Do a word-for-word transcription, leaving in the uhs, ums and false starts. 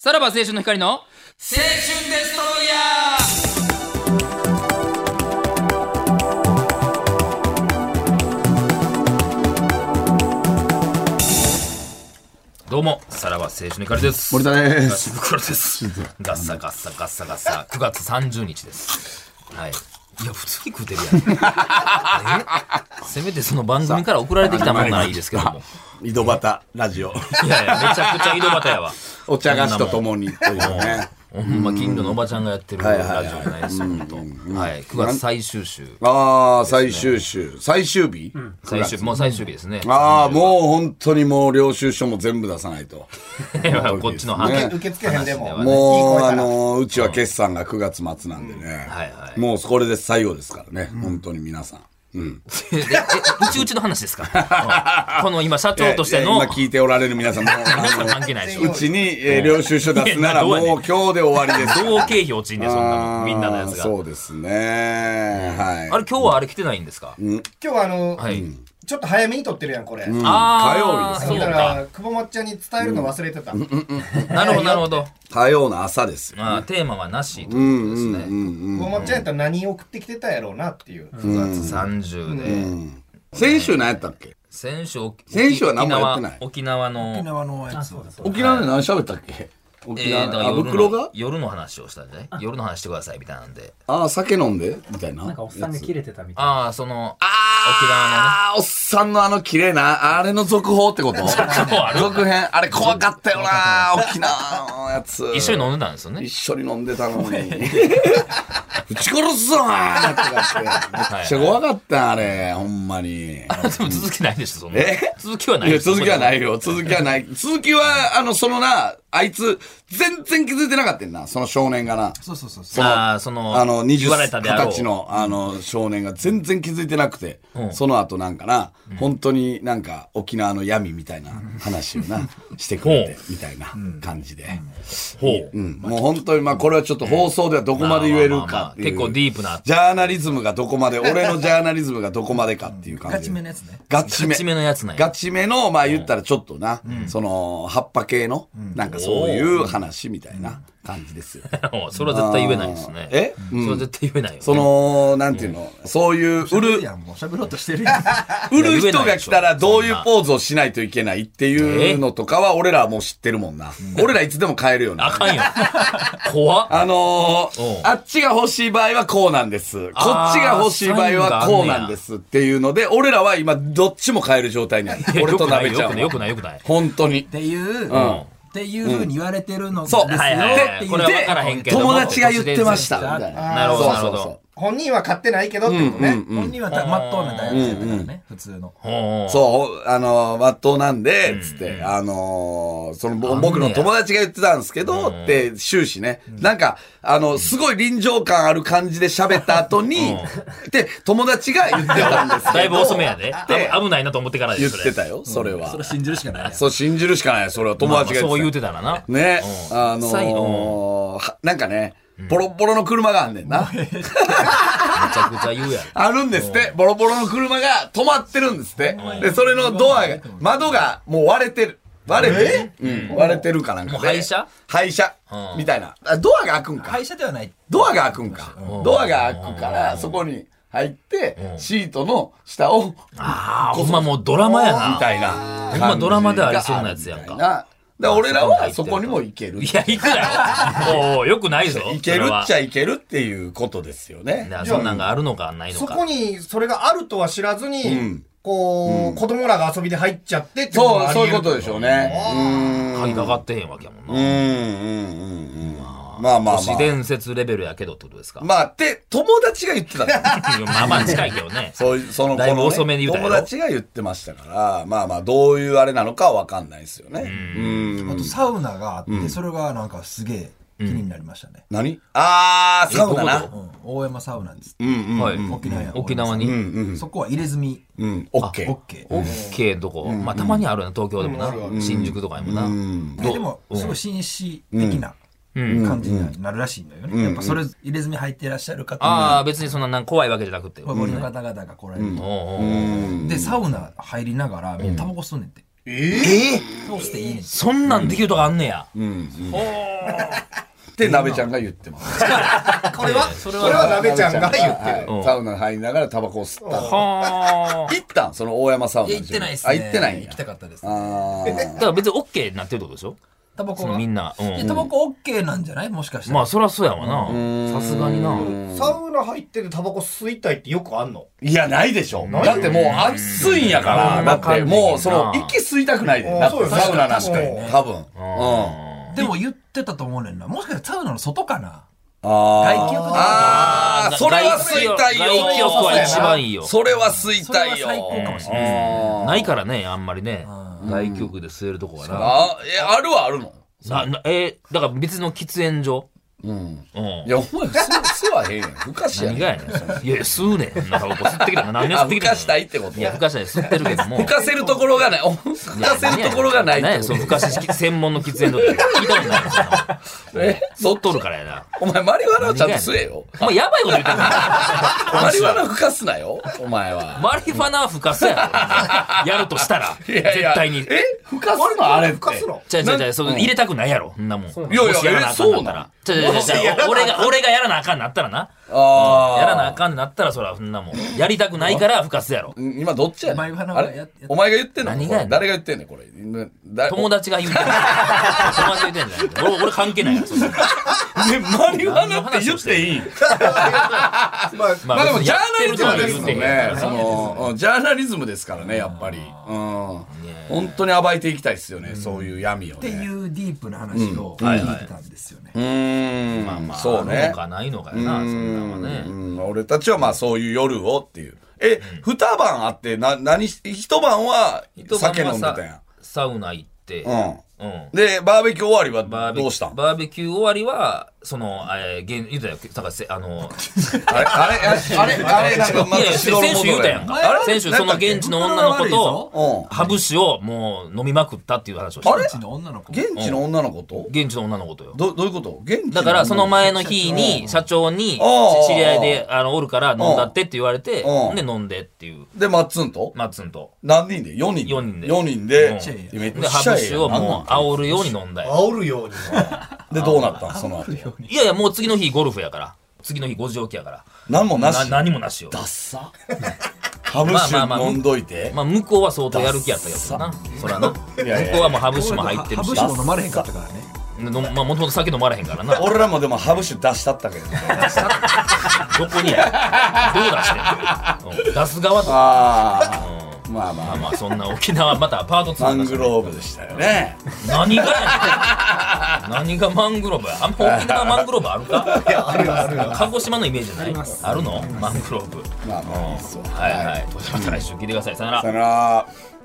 さらば青春の光の青春デストロイヤー。どうもさらば青春の光です。 森田です。 袋です。ガッサガッサガッサガッサくがつさんじゅうにちです。はい。いや普通に食うてるやん。えせめてその番組から送られてきたもんならいいですけども。 井戸端ラジオ。 いやいやめちゃくちゃ井戸端やわ。 お茶菓子とともにというね。 ほんま近所のおばちゃんがやってるラジオじゃないですよ。はい。くがつ最終週。 ああ最終週最終日。 最終もう最終日ですね。 ああもう本当にもう領収書も全部出さないと。 こっちの話受付編でももうあのうちは決算がくがつ末なんでね。もうこれで最後ですからね。本当に皆さん。うん、 えうちうちの話ですか。この今社長としての今聞いておられる皆さんも関係ないでしょ。 うちに、えー、領収書出すならもう今日で終わりです。 どう経費落ちんねんそんなのみんなのやつが。 そうですね、はい。 あれ今日はあれ来てないんですか。 うん、今日はあの、はい、ちょっと早めに撮ってるやんこれ、うん、 あ火曜日ですね。だから久保まっちゃんに伝えるの忘れてた、うんうんうん、なるほどなるほど。 火曜の朝ですよ、ね、 あテーマはなしということですね。 久保まっちゃんやったら何送ってきてたやろうなっていう。 くがつさんじゅうで、うん、 先週何やったっけ。 先週先週は何もやってない。 沖縄の沖縄のやつ。 沖縄で何喋ったっけ。沖縄、 えー、だから夜の夜の話をしたんじゃない。夜の話してくださいみたいなんで。 ああ酒飲んでみたいな。 なんかおっさんがキレてたみたいな。 ああそのあ沖縄のね。 あおっさんのあの綺麗なあれの続報ってこと。続編あれ怖かったよな沖縄のやつ。 一緒に飲んでたんですよね。 一緒に飲んでたのに。撃ち殺すぞーってなってめっちゃ怖かったあれほんまに。 あでも続きないでしょそんな。 え続きはない。 いや続きはないよ続きはない。続きはあのそのなあいつ全然気づいてなかったんなその少年がな。 そうそうそうそう。ああそのあの二十二十歳のあの少年が全然気づいてなくて、うん、その後なんかな、うん、本当になんか沖縄の闇みたいな話をなしてくれてみたいな感じで。 ほう、 うん、もう本当にまあこれはちょっと放送ではどこまで言えるかっていう結構ディープなジャーナリズムがどこまで俺のジャーナリズムがどこまでかっていう感じで。 ガチめのやつね。 ガチめ。 ガチめのやつね。 ガチめのまあ言ったらちょっとな、うん、その葉っぱ系のなんかそういう話みたいな感じですよ。 それは絶対言えないですね。 え？ うん、それは絶対言えないよ、ね。 そのなんていうの、うん、そういう売る喋ろうとしてるやん。 売る人が来たらどういうポーズをしないといけないっていうのとかは俺らはもう知ってるもんな。うん、俺らいつでも買えるよね。 あかんよ。怖っ。 あのー、あっちが欲しい場合はこうなんです。こっちが欲しい場合はこうなんですっていうので、俺らは今どっちも買える状態にある。俺と鍋ちゃんは。 よくないよくないよくない。 本当に。 っていう。 うん。 っていう風に言われてるのですよ。 そう。 はいはいはい。これは分からへんけど。 友達が言ってました。 なるほどなるほど。 本人は買ってないけどってことね。 うんうんうん、 本人はまっとうな大学生だからね、普通の。 そう、あの、まっとうなんで、つって、うんうん、あの、その、僕の友達が言ってたんですけど、って、終始ね、うん、なんか、あの、すごい臨場感ある感じで喋った後に、うん、で、友達が言ってたんですけど。 だいぶ遅めやで。危ないなと思ってからです。 言ってたよ、それは。うん、 それ信じるしかない。 そう、信じるしかない。それは友達が言ってた。 まあ、そう言ってたらな。 ね、あのー、なんかね、ボロボロの車があんねんな。めちゃくちゃ言うやん。 あるんですって。ボロボロの車が止まってるんですって。で、それのドアが、窓がもう割れてる。割れてる。うん。割れてるかなんかで。 廃車廃車。みたいな。ドアが開くんか。 廃車ではない。 ドアが開くんか。ドアが開くから、そこに入って、シートの下を。 ああ、ほんまもうドラマやな。 みたいな。 ほんまドラマでありそうなやつやんか。 だ俺らはそこにも行ける。 いや、行くなよ。およくないぞ。 行けるっちゃ行けるっていうことですよね。 そんなんがあるのかないのか。 そこにそれがあるとは知らずに、うん、こう、うん、子供らが遊びで入っちゃってっていうそう、そういうことでしょうね。 うん。鍵かかってへんわけやもんな。 うん、うん、うん。まあまあまあ。 都市伝説レベルやけどってことですか。 まあ、って友達が言ってた。 まあまあ近いけどね。 そういう、その子の、ね、 だいぶ遅めに言うたよ。 友達が言ってましたから、まあまあ、どういうあれなのかはわかんないですよね。 うん。あとサウナがあって、うん、それがなんかすげえ気になりましたね。 うん、何あー、サウナな。 うん、大山サウナです。 うんうん。はい。 沖縄沖縄に。 うんうん。 そこは入れ墨。 うん。オッケー。 オッケー。 オッケーどこ、まあたまにあるな、東京でもな。新宿とかにもな。 でも、すごい紳士的な。感じになるらしいんだよね。やっぱそれ入れ墨入ってらっしゃる方ああ、別にそんな怖いわけじゃなくて。 森の方々が来られる。で、サウナ入りながら、みんなタバコ吸うねんって。 ええどうしていいねん。 そんなんできるとこあんねや。 って鍋ちゃんが言ってます。 これはそれこれは鍋ちゃんが言ってる。 はいサウナ入りながらタバコを吸った。 はあ。 行ったんその大山サウナ。 いや、行ってないっすね。 あ、行ってないんや行き。たかったです。 あーだから別に OK になってるってことでしょそタバコが。 のみんな。ういやん。 タバコ OK なんじゃないもしかしたら。 まあそりゃそうやわな。さすがにな。 サウナ入っててタバコ吸いたいってよくあんの？ いや、ないでしょ。だってもう暑いんやから。 うんだってもう、そのう、ん息吸いたくないで。 うんだってそうよサウナなん確かにて。多分。うん。 でも言ってたと思うねんな。もしかしたらサウナの外かな。 あー外気浴とか。 あー、それは吸いたいよ。 外気浴は一番いいよ。 それは吸いたいよ。 それは最高かもしれないですね。 ないからね、あんまりね。外気浴で吸えるとこはな。 あ、え、あるはあるのななえーだから別の喫煙所うん。 うん。 いや、お前、吸吸わへんやん。ふかしやん。 何がやねん。それいやいや、吸うねん。なんかこう吸ってきた。何を吸あ、 ってきたふかしたいってこといや、ふかしたい吸ってるけども。 ふかせるところがない。おふかせるところがないってことねそう、ふかし専門の喫煙所って聞いたことないよ、そんなの。 え吸っとるからやな。 お前、マリファナをちゃんと吸えよ。 お前やばいこと言ってんのマリファナふかすなよ。お前は。 マリファナはふかすやろ。やるとしたら。 いやいや絶対に。 えふかすのあれって。 ふかすの？ ちゃうちゃうちゃう、そう入れたくないやろ。そんなもん。いいやいやもしやらなあかんなったら。ちゃうちゃうちゃうちゃう俺が、俺がやらなあかんなったらな。 あーやらなあかんなったら、そら、そんなもん。やりたくないから、ふかすやろ。 今どっちやねマリファナん。あれがややお前が言ってんの何がやねん誰が言ってんねん、これ。だ友達が言うてんの。友達が言うてんじゃない俺、俺関係ないから、そんなのねマリファナって言っていいまあ、 ままあでもジャーナリズムやってですもんるとは言うてんやね。その、うんジャーナリズムですからね、やっぱり。うん。本当に暴いていきたいですよね、そういう闇をってね。 いうディープな話をはい聞いてたんですよね。 うーん。 まあまあ、 そうねあるの。かないのかやな、そんなのはね。 うん俺たちはまあそういう夜をっていう。え、二晩あって、な、何し、一晩は一晩酒飲はさんでたやん。 サウナ行って、 うん。 うん。 で、バーベキュー終わりはバーベどうしたんバーベキュー終わりは、その、えー、現言うたよ、なんかせ、あの、 あれあれあれあれなんかまいやいや、 たしどろも先週言うたやんか。 あれ先週その現地の女の子と、 うん。 ハブ酒をもう飲みまくったっていう話をしてあれ現地の女の子。 現地の女の子と現地の女の子とよ。 どどういうこと現地のだから、その前の日に、社長に、 ああ知り合いで、あの、おるから飲んだってって言われてああ、 で、飲んでっていう、 で、マッツンとマッツンと。 何人で ?よ 人で。 よにんでよにんで。 うんめっで、ハちゃええやんブ酒をもう煽るように飲んだよ。 煽るように。 で、どうなったんその後。 いやいや、もう次の日ゴルフやから。次の日ごじ起きやから。 何もなし。 何もなしよ。 ダッサハブ酒飲んどいて。 まあ、向こうは相当やる気やったけどな。そらな。向いやいやこうはもうハブ酒も入ってるしハブ。酒も飲まれへんかったからね。 のまあ、もともと酒飲まれへんからな。 俺らもでもハブ酒出したったけどね。 どこにや。どう出してんのうん出す側とか。 ああ。まあまあまあまあ、そんな沖縄またパートツーマング出したローブでしたよね。 何がやねん何がマングローブやあんま沖縄マングローブあるかいや、あるある。鹿児島のイメージないあるのマングローブ。 まあまあいいっすわ。 はいはい。また来週聞いてください。さよならさよ。なら。